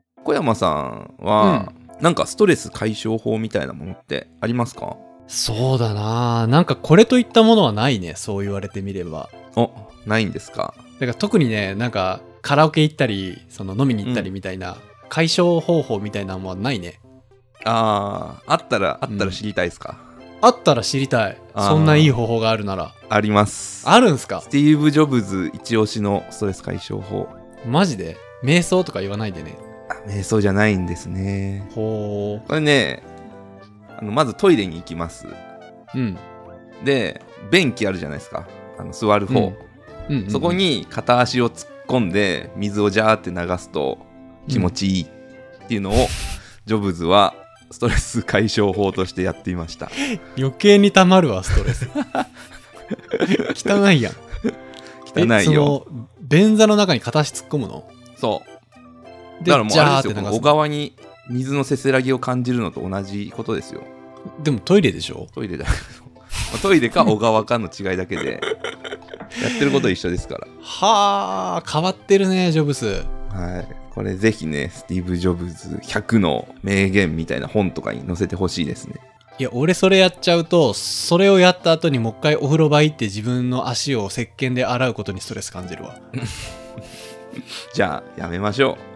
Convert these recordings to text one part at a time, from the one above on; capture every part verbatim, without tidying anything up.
小山さんは、うん、なんかストレス解消法みたいなものってありますか？ そうだな、なんかこれといったものはないね。そう言われてみれば。 お、ないんですか？ だから特にね、なんかカラオケ行ったりその飲みに行ったりみたいな、うん、解消方法みたいなのはないね。 あー、あったらあったら知りたいですか？ うん、あったら知りたい。そんないい方法があるなら。 あります。 あるんすか？ スティーブ・ジョブズ一押しのストレス解消法。 マジで？瞑想とか言わないでね。 瞑想じゃないんですね。 ほー。 これね、あのまずトイレに行きます。 うん。 で、便器あるじゃないですか。あの座る方、うんうんうんうん。そこに片足を突っ込んで水をジャーって流すと気持ちいいっていうのを、うん、ジョブズはストレス解消法としてやっていました。 余計にたまるわ、ストレス。汚いやん。 汚いよ。 その便座の中に片足突っ込むの？ そうだからもうあれですよ、小川に水のせせらぎを感じるのと同じことですよ。 でもトイレでしょ？ トイレだトイレか小川かの違いだけでやってること一緒ですから。 はあ、変わってるね、ジョブズ。 はい、これぜひね、スティーブ・ジョブズひゃくの名言みたいな本とかに載せてほしいですね。 いや、俺それやっちゃうと、それをやった後にもう一回お風呂場行って自分の足を石鹸で洗うことにストレス感じるわ。 じゃあやめましょう。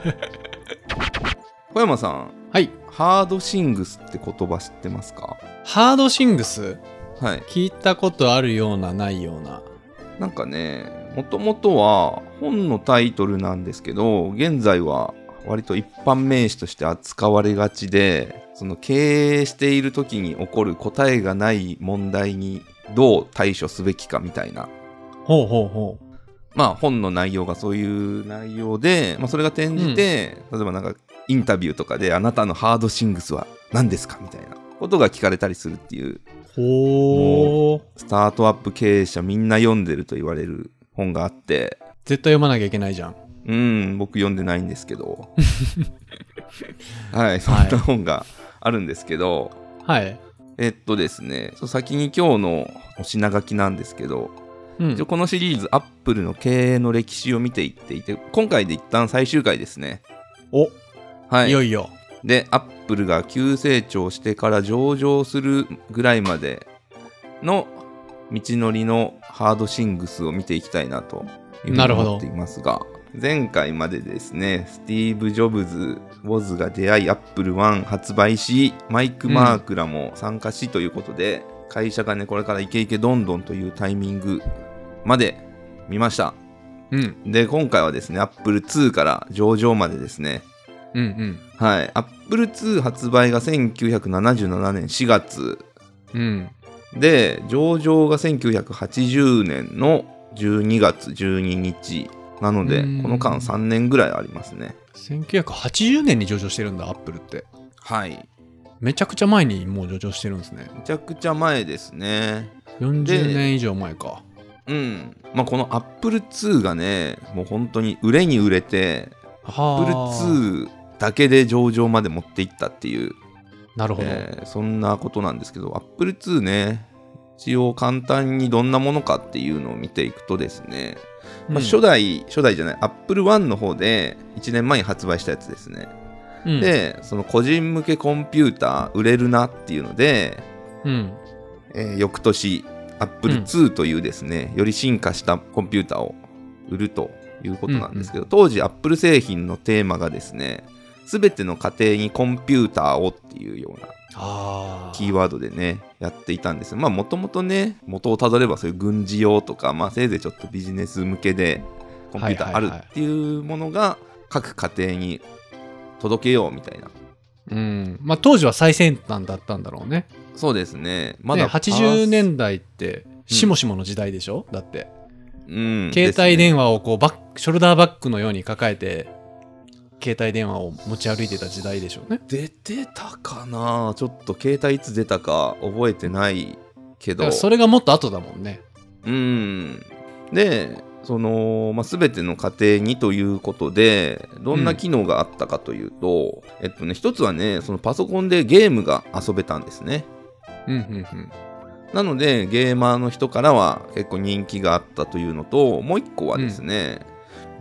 小山さん、 はい。 ハードシングスって言葉知ってますか？ ハードシングス？ はい。 聞いたことあるようなないような。 なんかね、もともとは本のタイトルなんですけど、現在は割と一般名詞として扱われがちで、その経営している時に起こる答えがない問題にどう対処すべきかみたいな。 ほうほうほう。 まあ本の内容がそういう内容で、まあ、それが転じて、うん、例えばなんかインタビューとかであなたのハードシングスは何ですかみたいなことが聞かれたりするっていう。 ほー。 スタートアップ経営者みんな読んでると言われる本があって、 絶対読まなきゃいけないじゃん。 うん、僕読んでないんですけどはい、そんな本があるんですけど、 はい、 えっとですね、先に今日のお品書きなんですけど、うん、このシリーズアップルの経営の歴史を見ていっていて、今回で一旦最終回ですね。 お、 はい、 いよいよで、アップルが急成長してから上場するぐらいまでの道のりのハードシングスを見ていきたいなというふうに思っていますが、前回までですね、スティーブ・ジョブズ、ウォズが出会い、アップルワン発売し、マイク・マークらも参加しということで、うん、会社がね、これからイケイケどんどんというタイミングまで見ました。うん、で、今回はですね、アップルツーから上場までですね、 うんうん、 はい、アップルツー発売がせんきゅうひゃくななじゅうななねんしがつ、 うん、 で上場がせんきゅうひゃくはちじゅうねんのじゅうにがつじゅうににちなので、この間さんねんぐらいありますね。 せんきゅうひゃくはちじゅうねんに上場してるんだ、アップルって。 はい、 めちゃくちゃ前にもう上場してるんですね。 めちゃくちゃ前ですね。 よんじゅうねん以上前か。 うん、まあこのアップルツーがね、もう本当に売れに売れて、アップルツーだけで上場まで持っていったっていう、 なるほど、 えー、そんなことなんですけど、アップルツーね、一応簡単にどんなものかっていうのを見ていくとですね、まあ、初代、うん、初代じゃない、アップルワンの方でいちねんまえに発売したやつですね。うん、で、その個人向けコンピューター売れるなっていうので、うんえー、翌年、アップルツーというですね、うん、より進化したコンピューターを売るということなんですけど、うんうん、当時アップル製品のテーマがですね、すべての家庭にコンピューターをっていうようなキーワードでねやっていたんですよ。まあもともとね、元をたどればそういう軍事用とか、まあせいぜいちょっとビジネス向けでコンピューターあるっていうものが各家庭に届けようみたいな。 うん、まあ当時は最先端だったんだろうね。 そうですね。まだねはちじゅうねんだいってしもしもの時代でしょ、うん、だって、 うん、 携帯電話をこうバックショルダーバッグのように抱えて携帯電話を持ち歩いてた時代でしょうね。 出てたかな、ちょっと携帯いつ出たか覚えてないけど、だからそれがもっと後だもんね。 うんでその、まあ、全ての家庭にということでどんな機能があったかというと、うん、えっとね一つはね、そのパソコンでゲームが遊べたんですね。 うんうんうん。 なのでゲーマーの人からは結構人気があったというのと、もう一個はですね、うん、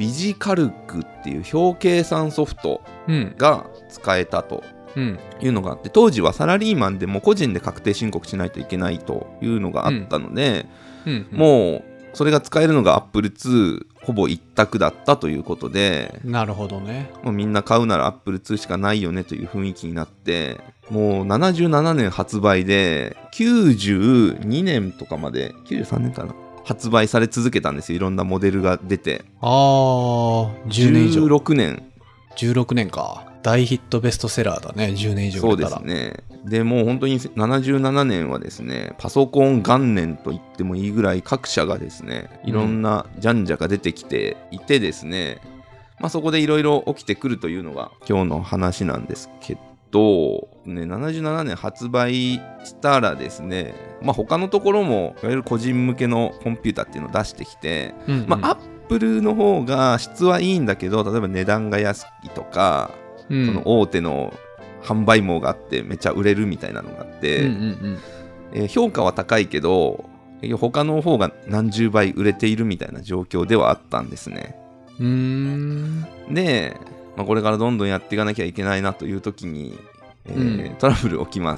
ビジカルクっていう表計算ソフトうんが使えたとうんいうのがあって、当時はサラリーマンでも個人で確定申告しないといけないというのがあったので、 うんうん、 もうそれが使えるのが アップルツー ほぼ一択だったということで、 なるほどね。 もうみんな買うなら アップルツー しかないよねという雰囲気になって、もうななじゅうななねん発売できゅうじゅうにねんとかまで、きゅうじゅうさんねんかな、発売され続けたんですよ。いろんなモデルが出て。 あー、じゅうねん以上。 じゅうろくねん。 じゅうろくねんか。大ヒットベストセラーだね。じゅうねん以上そう売れたら。 ですね。でもう本当にななじゅうななねんはですね、パソコン元年と言ってもいいぐらい各社がですね、いろんなジャンジャが出てきていてですね、うん、まあそこでいろいろ起きてくるというのが今日の話なんですけど、ね、ななじゅうななねん発売したらですね、まあ他のところもいわゆる個人向けのコンピューターっていうのを出してきて、うんうん、まあアップルの方が質はいいんだけど、例えば値段が安いとか、うん、その大手の販売網があってめちゃ売れるみたいなのがあって、うんうんうんえー、評価は高いけど他の方が何十倍売れているみたいな状況ではあったんですね。 うーんで、まあ、これからどんどんやっていかなきゃいけないなという時に、えーうん、トラブル起きます。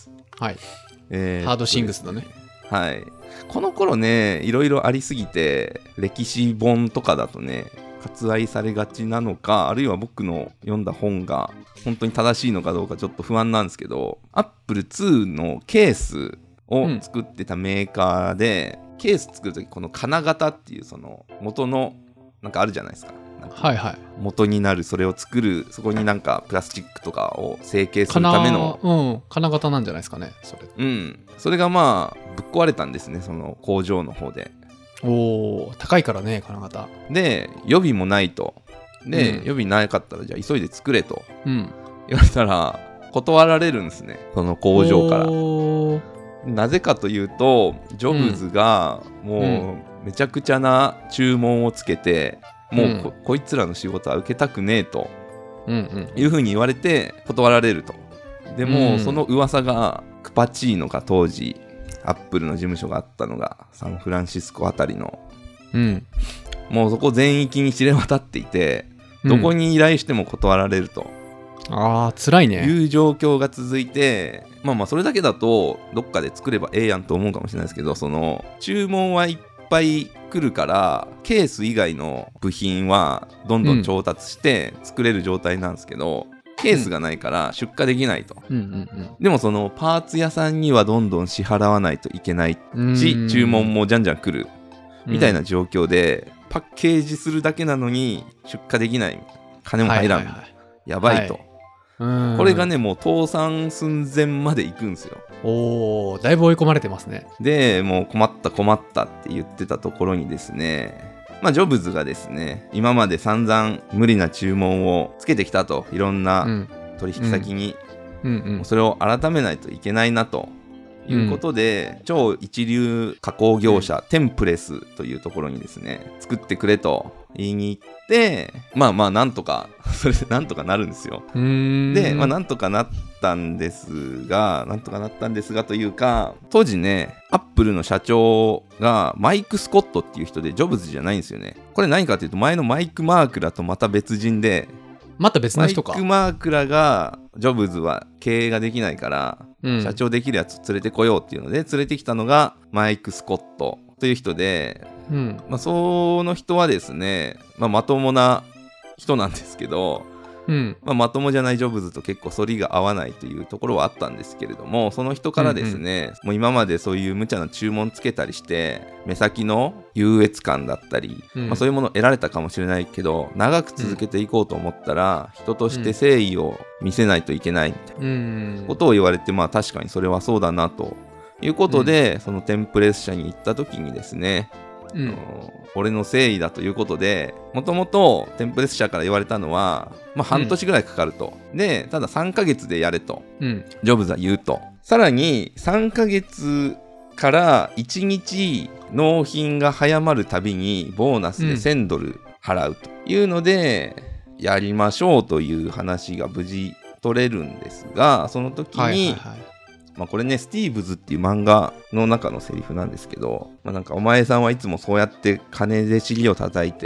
はい、 えー、 ハードシングスだね。 はい。この頃ね、いろいろありすぎて歴史本とかだとね割愛されがちなのか、あるいは僕の読んだ本が本当に正しいのかどうかちょっと不安なんですけど、 アップルツー のケースを作ってたメーカーで、うん、ケース作るときこの金型っていうその元のなんかあるじゃないですか。 はいはい。 元になるそれを作る、そこになんかプラスチックとかを成形するための金、うん、金型なんじゃないですかねそれ。 うんそれがまあぶっ壊れたんですね、その工場の方で。 おー、高いからね金型で、予備もないと。で、うん、予備なかったらじゃあ急いで作れと、うん、言われたら断られるんですね、その工場から。なぜかというと、ジョブズがもうめちゃくちゃな注文をつけて、うん、もう こ, こいつらの仕事は受けたくねえと、うんうん、いうふうに言われて断られると。でも、うん、その噂がクパチーノが当時アップルの事務所があったのがサンフランシスコあたりの、うん、もうそこ全域に知れ渡っていて、どこに依頼しても断られると、 うん、あー辛いねいう状況が続いて、まあまあそれだけだとどっかで作ればええやんと思うかもしれないですけど、その注文はいっぱい来るからケース以外の部品はどんどん調達して作れる状態なんですけど、うんケースがないから出荷できないと、うんうんうん、でもそのパーツ屋さんにはどんどん支払わないといけないし、注文もじゃんじゃん来るみたいな状況で、うん、パッケージするだけなのに出荷できない、金も入らん、はいはいはい、やばいと、はい、これがねもう倒産寸前まで行くんですよ。 おー、だいぶ追い込まれてますね。 でもう困った困ったって言ってたところにですね、まあ、ジョブズがですね、今まで散々無理な注文をつけてきたと、いろんな取引先に、うんうんうん、それを改めないといけないなということで、うん、超一流加工業者、うん、テンプレスというところにですね、作ってくれと言いに行って、まあまあなんとかそれでなんとかなるんですよ。 うーんで、まあなんとかなったんですが、なんとかなったんですがというか、当時ね、アップルの社長がマイク・スコットっていう人で、ジョブズじゃないんですよね。これ何かというと、前のマイク・マークラとまた別人で、 また別の人か。 マイク・マークラがジョブズは経営ができないから、うん、社長できるやつ連れてこようっていうので連れてきたのがマイク・スコットという人で、うんまあ、その人はですね、まあ、まともな人なんですけど、うんまあ、まともじゃないジョブズと結構反りが合わないというところはあったんですけれども、その人からですね、うんうん、もう今までそういう無茶な注文つけたりして目先の優越感だったり、うんまあ、そういうものを得られたかもしれないけど、長く続けていこうと思ったら、うん、人として誠意を見せないといけないみたいなことを言われて、まあ確かにそれはそうだなということで、うん、そのテンプレス社に行った時にですね、うん、俺の誠意だということで、もともとテンプレス社から言われたのは、まあ、半年ぐらいかかると、うん、でたださんかげつでやれと、うん、ジョブズは言うと、さらにさんかげつからいちにち納品が早まるたびにボーナスでせんドル払うというので、うん、やりましょうという話が無事取れるんですが、その時に、はいはいはい、まあ、これねスティーブズっていう漫画の中のセリフなんですけど、まあ、なんかお前さんはいつもそうやって金で尻を叩いて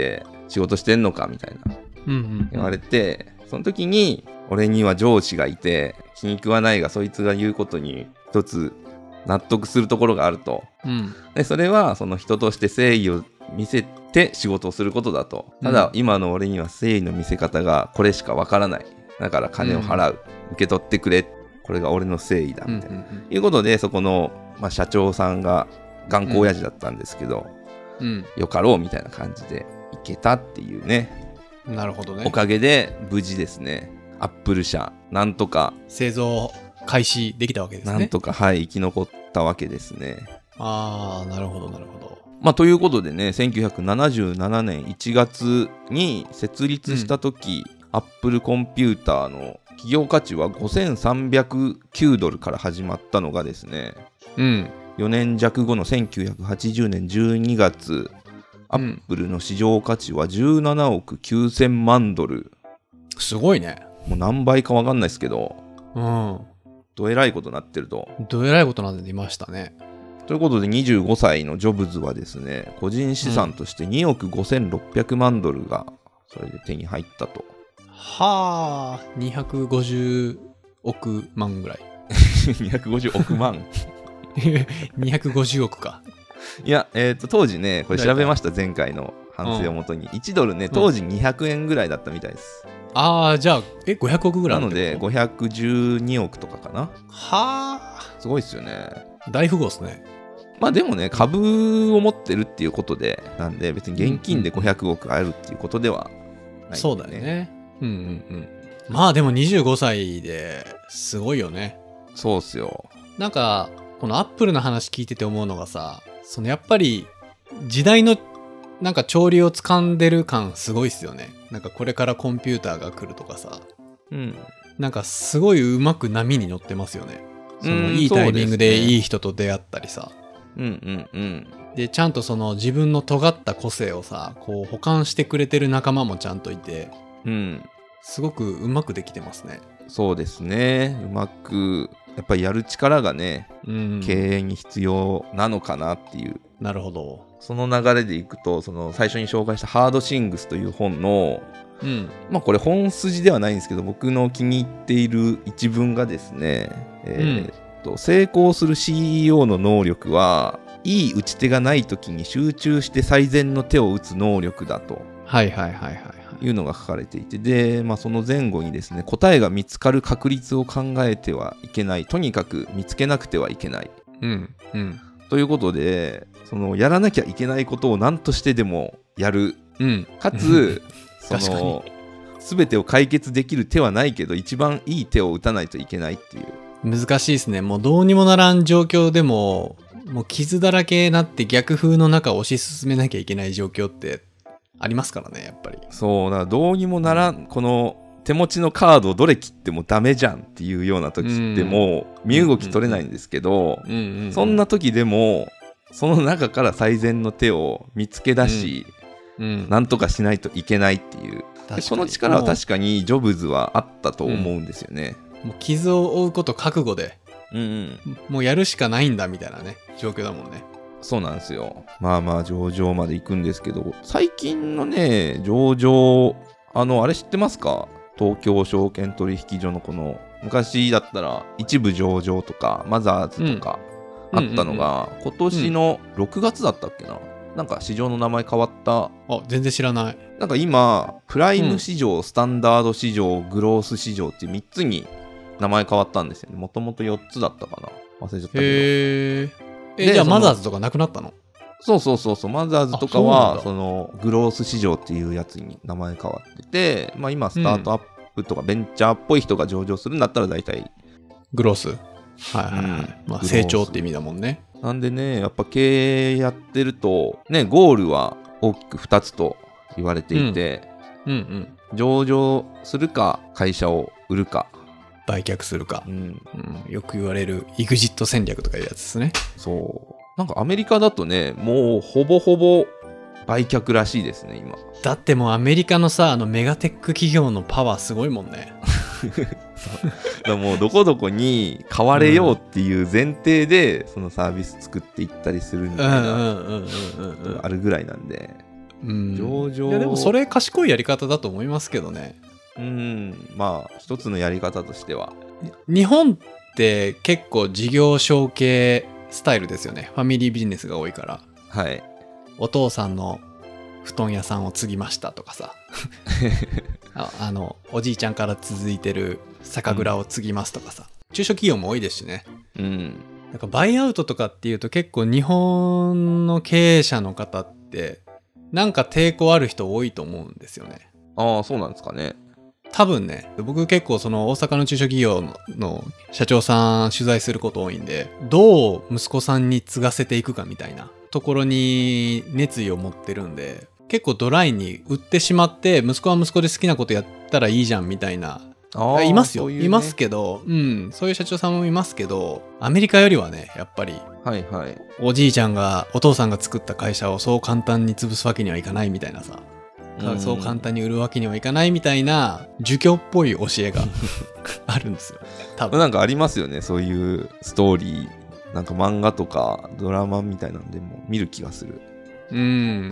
仕事してんのかみたいなうんうん言われて、その時に俺には上司がいて気に食わないがそいつが言うことに一つ納得するところがあると、 うん、 でそれはその人として誠意を見せて仕事をすることだと。ただ、うん、今の俺には誠意の見せ方がこれしかわからない。だから金を払う、うん、受け取ってくれ、これが俺の誠意だみたいな、うんうんうん、いうことでそこの、まあ、社長さんが頑固親父だったんですけど、うん、よかろうみたいな感じでいけたっていうね。 なるほどね。 おかげで無事ですね、アップル社なんとか製造開始できたわけですね。 なんとかはい生き残ったわけですね。 ああ、なるほどなるほど。 まあということでね、せんきゅうひゃくななじゅうななねんいちがつに設立した時、うん、アップルコンピューターの企業価値はごせんさんびゃくきゅうドルから始まったのがですね、うん、よねん弱後のせんきゅうひゃくはちじゅうねんじゅうにがつ、アップルの市場価値はじゅうななおくきゅうせんまんドル。 すごいね。 もう何倍か分かんないですけど、うん、どえらいことになってると。 どえらいことになっていましたね。 ということでにじゅうごさいのジョブズはですね、個人資産としてにおくごせんろっぴゃくまんドルがそれで手に入ったと。 はあ、にひゃくごじゅうおくまんぐらい。 にひゃくごじゅうおくまんにひゃくごじゅうおくか。 いや、えーと、当時ね、これ調べました、前回の反省をもとに。うん、いちドルね、当時にひゃくえんぐらいだったみたいです。うん、 ああ、じゃあ、え、ごひゃくおくぐらいなので、ごひゃくじゅうにおくとかかな。 はあ。 すごいっすよね。 大富豪っすね。 まあでもね、株を持ってるっていうことで、なんで別に現金でごひゃくおくあるっていうことではない、ね、 そうだよね。うんうんうん。まあでもにじゅうごさいですごいよね。 そうっすよ。 なんか、このアップルの話聞いてて思うのがさ、そのやっぱり時代のなんか潮流を掴んでる感すごいっすよね。なんかこれからコンピューターが来るとかさ。うん。なんかすごいうまく波に乗ってますよね。そのいいタイミングでいい人と出会ったりさ。うんうんうん。で、ちゃんとその自分の尖った個性をさ、こう補完してくれてる仲間もちゃんといて、うん。すごくうまくできてますね。 そうですね。うまく、やっぱりやる力がね、うん、経営に必要なのかなっていう。 なるほど。 その流れでいくと、その最初に紹介したハードシングスという本の、うん、まあこれ本筋ではないんですけど、僕の気に入っている一文がですね、えーっと、うん、成功する シーイーオー の能力はいい打ち手がない時に集中して最善の手を打つ能力だと。 はいはいはいはい。 いうのが書かれていて、で、まあ、その前後にですね、答えが見つかる確率を考えてはいけない、とにかく見つけなくてはいけない、うんうん、ということで、そのやらなきゃいけないことを何としてでもやる、うん、かつその全てを解決できる手はないけど一番いい手を打たないといけないっていう。 難しいですね。もうどうにもならん状況でも、もう傷だらけになって逆風の中を推し進めなきゃいけない状況ってありますからね、やっぱり。 そうだ、どうにもならん、この手持ちのカードをどれ切ってもダメじゃんっていうような時ってもう身動き取れないんですけど、そんな時でもその中から最善の手を見つけ出し、うんうん、なんとかしないといけないっていう、その力は確かにジョブズはあったと思うんですよね。 うん、もう傷を負うこと覚悟で、うんうん、もうやるしかないんだみたいなね状況だもんね。 そうなんですよ。まあまあ上場まで行くんですけど、最近のね上場、あのあれ知ってますか？東京証券取引所のこの昔だったら一部上場とかマザーズとかあったのが、うんうんうんうん、今年のろくがつだったっけな、なんか市場の名前変わった。 あ、全然知らない。 なんか今プライム市場、うん、スタンダード市場、グロース市場っていうみっつに名前変わったんですよね。もともとよっつだったかな、忘れちゃったけど。 へー。え、じゃあマザーズとかなくなったの？ そうそうそうそう、マザーズとかはそのグロース市場っていうやつに名前変わってて、まあ今スタートアップとかベンチャーっぽい人が上場するんだったら大体グロース、はいはいはい、うん、まあ成長って意味だもんね。 なんでね、やっぱ経営やってるとね、ゴールは大きくふたつと言われていて、うんうんうん、上場するか会社を売るか売却するか、うんうん、よく言われるイグジット戦略とかいうやつですね。 そう、なんかアメリカだとね、もうほぼほぼ売却らしいですね今。 だってもうアメリカのさ、あのメガテック企業のパワーすごいもんね。 だもうどこどこに買われようっていう前提でそのサービス作っていったりするみたいなあるぐらいなんで、 うん、 上場いやでもそれ賢いやり方だと思いますけどね。 うん、まあ一つのやり方としては。 日本って結構事業承継スタイルですよね。ファミリービジネスが多いから。 はい。 お父さんの布団屋さんを継ぎましたとかさあ, あのおじいちゃんから続いてる酒蔵を継ぎますとかさ、うん、中小企業も多いですしね。 うん。 なんかバイアウトとかっていうと結構日本の経営者の方ってなんか抵抗ある人多いと思うんですよね。 ああ、そうなんですかね。 多分ね、僕結構その大阪の中小企業の社長さん取材すること多いんで、どう息子さんに継がせていくかみたいなところに熱意を持ってるんで、結構ドライに売ってしまって息子は息子で好きなことやったらいいじゃんみたいな、あいますよ、ういうね、いますけど、うん、そういう社長さんもいますけど、アメリカよりはね、やっぱり、 はいはい、 おじいちゃんがお父さんが作った会社をそう簡単に潰すわけにはいかないみたいなさ、うん、そう簡単に売るわけにはいかないみたいな儒教っぽい教えがあるんですよ。多分なんかありますよね、そういうストーリー、なんか漫画とかドラマみたいなんでも見る気がする。 うん、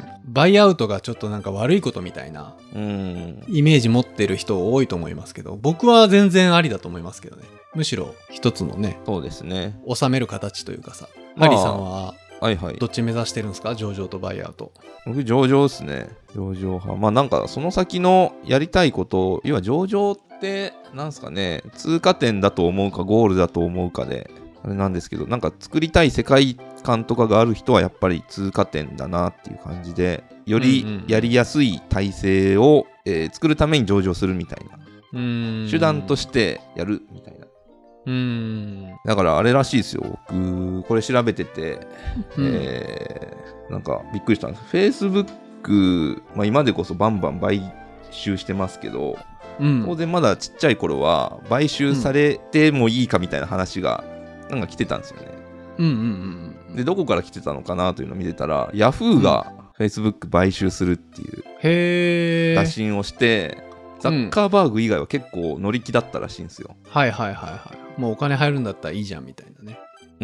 バイアウトがちょっとなんか悪いことみたいなイメージ持ってる人多いと思いますけど、僕は全然ありだと思いますけどね。むしろ一つのね、 そうですね、 収める形というかさ、まあ、ハリーさんははいはい、 どっち目指してるんですか？上場とバイアウト。 僕上場ですね。上場派。まあなんかその先のやりたいこと、要は上場ってなんすかね、通過点だと思うかゴールだと思うかであれなんですけど、なんか作りたい世界観とかがある人はやっぱり通過点だなっていう感じで、よりやりやすい体制を、えー、作るために上場するみたいな、 うーん、 手段としてやるみたいな。 うーん、 だからあれらしいですよ。僕これ調べてて、うん、えー、なんかびっくりしたんです。 Facebook、まあ、今でこそバンバン買収してますけど、うん、当然まだちっちゃい頃は買収されてもいいかみたいな話がなんか来てたんですよね。 うんうんうん、 でどこから来てたのかなというのを見てたら、ヤフーが Facebook 買収するっていう打診をして、ザッカーバーグ以外は結構乗り気だったらしいんですよ。 うん、はいはいはいはい。もうお金入るんだったらいいじゃんみたいなね。 うん、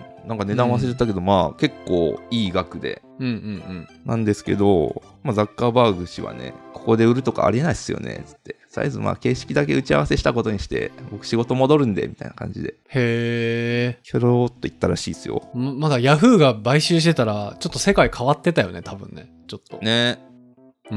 なんか値段忘れちゃったけど、うん、まあ結構いい額で、 うんうんうん、 なんですけど、まあ、ザッカーバーグ氏はね、ここで売るとかありえないっすよねつって、とりあえずまあ形式だけ打ち合わせしたことにして僕仕事戻るんでみたいな感じで、 へー、 ひょろーっと言ったらしいですよ。 ま, まだヤフーが買収してたらちょっと世界変わってたよね、多分ね、ちょっとね。 うん、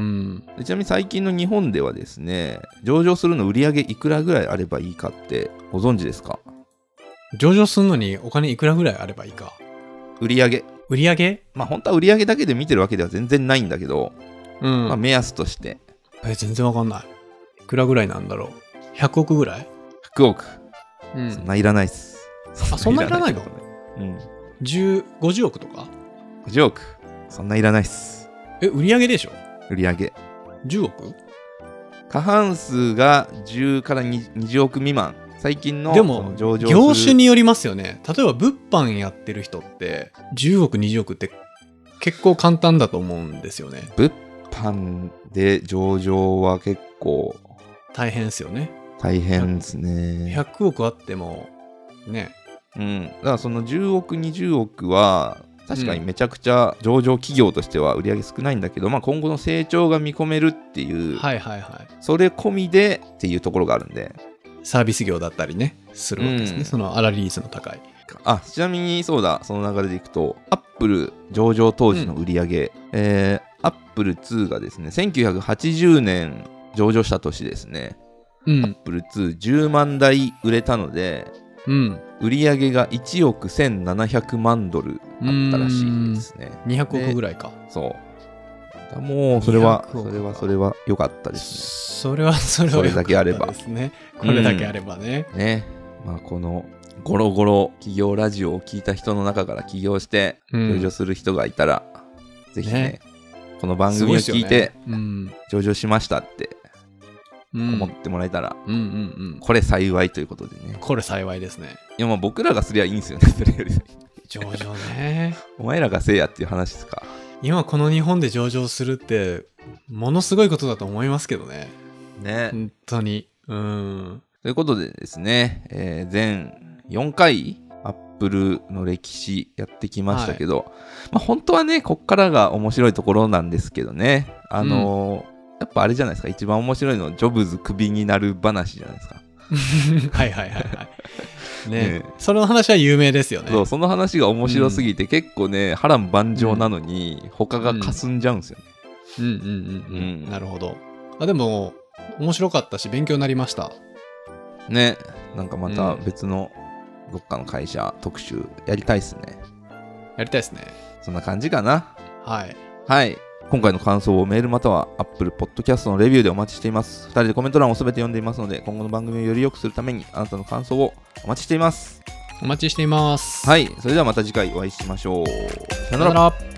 でちなみに最近の日本ではですね、上場するの売り上げいくらぐらいあればいいかってご存知ですか？ 上場するのにお金いくらぐらいあればいいか。 売り上げ売り上げまあ本当は売り上げだけで見てるわけでは全然ないんだけど、うん、まあ、目安として。 え全然わかんない。いくらぐらいなんだろう。ひゃくおくぐらい？ひゃくおく、 うん、 そんないらないっす。 あ、そんないらないの？ うん、 じゅう、ごじゅうおくとか？ ごじゅうおく、そんないらないっす。 え、売り上げでしょ？ 売り上げじゅうおく？ 過半数がじゅうからにじゅうおく未満。最近のでも上場業種によりますよね。例えば物販やってる人ってじゅうおくにじゅうおくって結構簡単だと思うんですよね。 物販で上場は結構大変ですよね。 大変ですね。 ひゃくおくあってもね。 うん。だからそのじゅうおくにじゅうおくは確かにめちゃくちゃ上場企業としては売り上げ少ないんだけど、まあ、今後の成長が見込めるっていう、 はいはいはい、 それ込みでっていうところがあるんで、 サービス業だったりねするわけですね、うん、その粗利率の高い。 あ、ちなみにそうだ、その流れでいくとアップル上場当時の売り上げ、うん、えー、アップルツーがですねせんきゅうひゃくはちじゅうねん上場した年ですね、うん、アップルツーじゅうまんだい売れたので、うん、売り上げがいちおくせんななひゃくまんドルあったらしいですね。 にひゃくおくぐらいか。 そうもうそれはそれはそれは良かったですね。それはそれはそれだけあればですね。これだけあればね、 うん、ね、まあこのゴロゴロ企業ラジオを聞いた人の中から起業して上場する人がいたら、うん、ぜひね、ね、この番組を聞いて、ね、うん、上場しましたって思ってもらえたら、うんうんうん、これ幸いということでね。 これ幸いですね。 いやまあ僕らがすりゃいいんですよね、それより上場ねお前らがせいやっていう話ですか。 今この日本で上場するってものすごいことだと思いますけどね。 ね、 本当に。うん。 ということでですね、えー、全よんかいアップルの歴史やってきましたけど、はい、まあ、本当はねこっからが面白いところなんですけどね、あのーうん、やっぱあれじゃないですか、一番面白いのはジョブズクビになる話じゃないですかはいはいはいはいね, ねその話は有名ですよね。 そう、その話が面白すぎて、うん、結構ね波乱万丈なのに、うん、他が霞んじゃうんですよね。 うんうんうんうん、うん、なるほど。あでも面白かったし勉強になりましたね。なんかまた別のどっかの会社特集やりたいっすね。 やりたいっすね。 そんな感じかな。 はいはい。今回の感想をメールまたは Apple Podcast のレビューでお待ちしています。ふたりでコメント欄をすべて読んでいますので、今後の番組をより良くするためにあなたの感想をお待ちしています。 お待ちしています。 はい。それではまた次回お会いしましょう。 さよなら。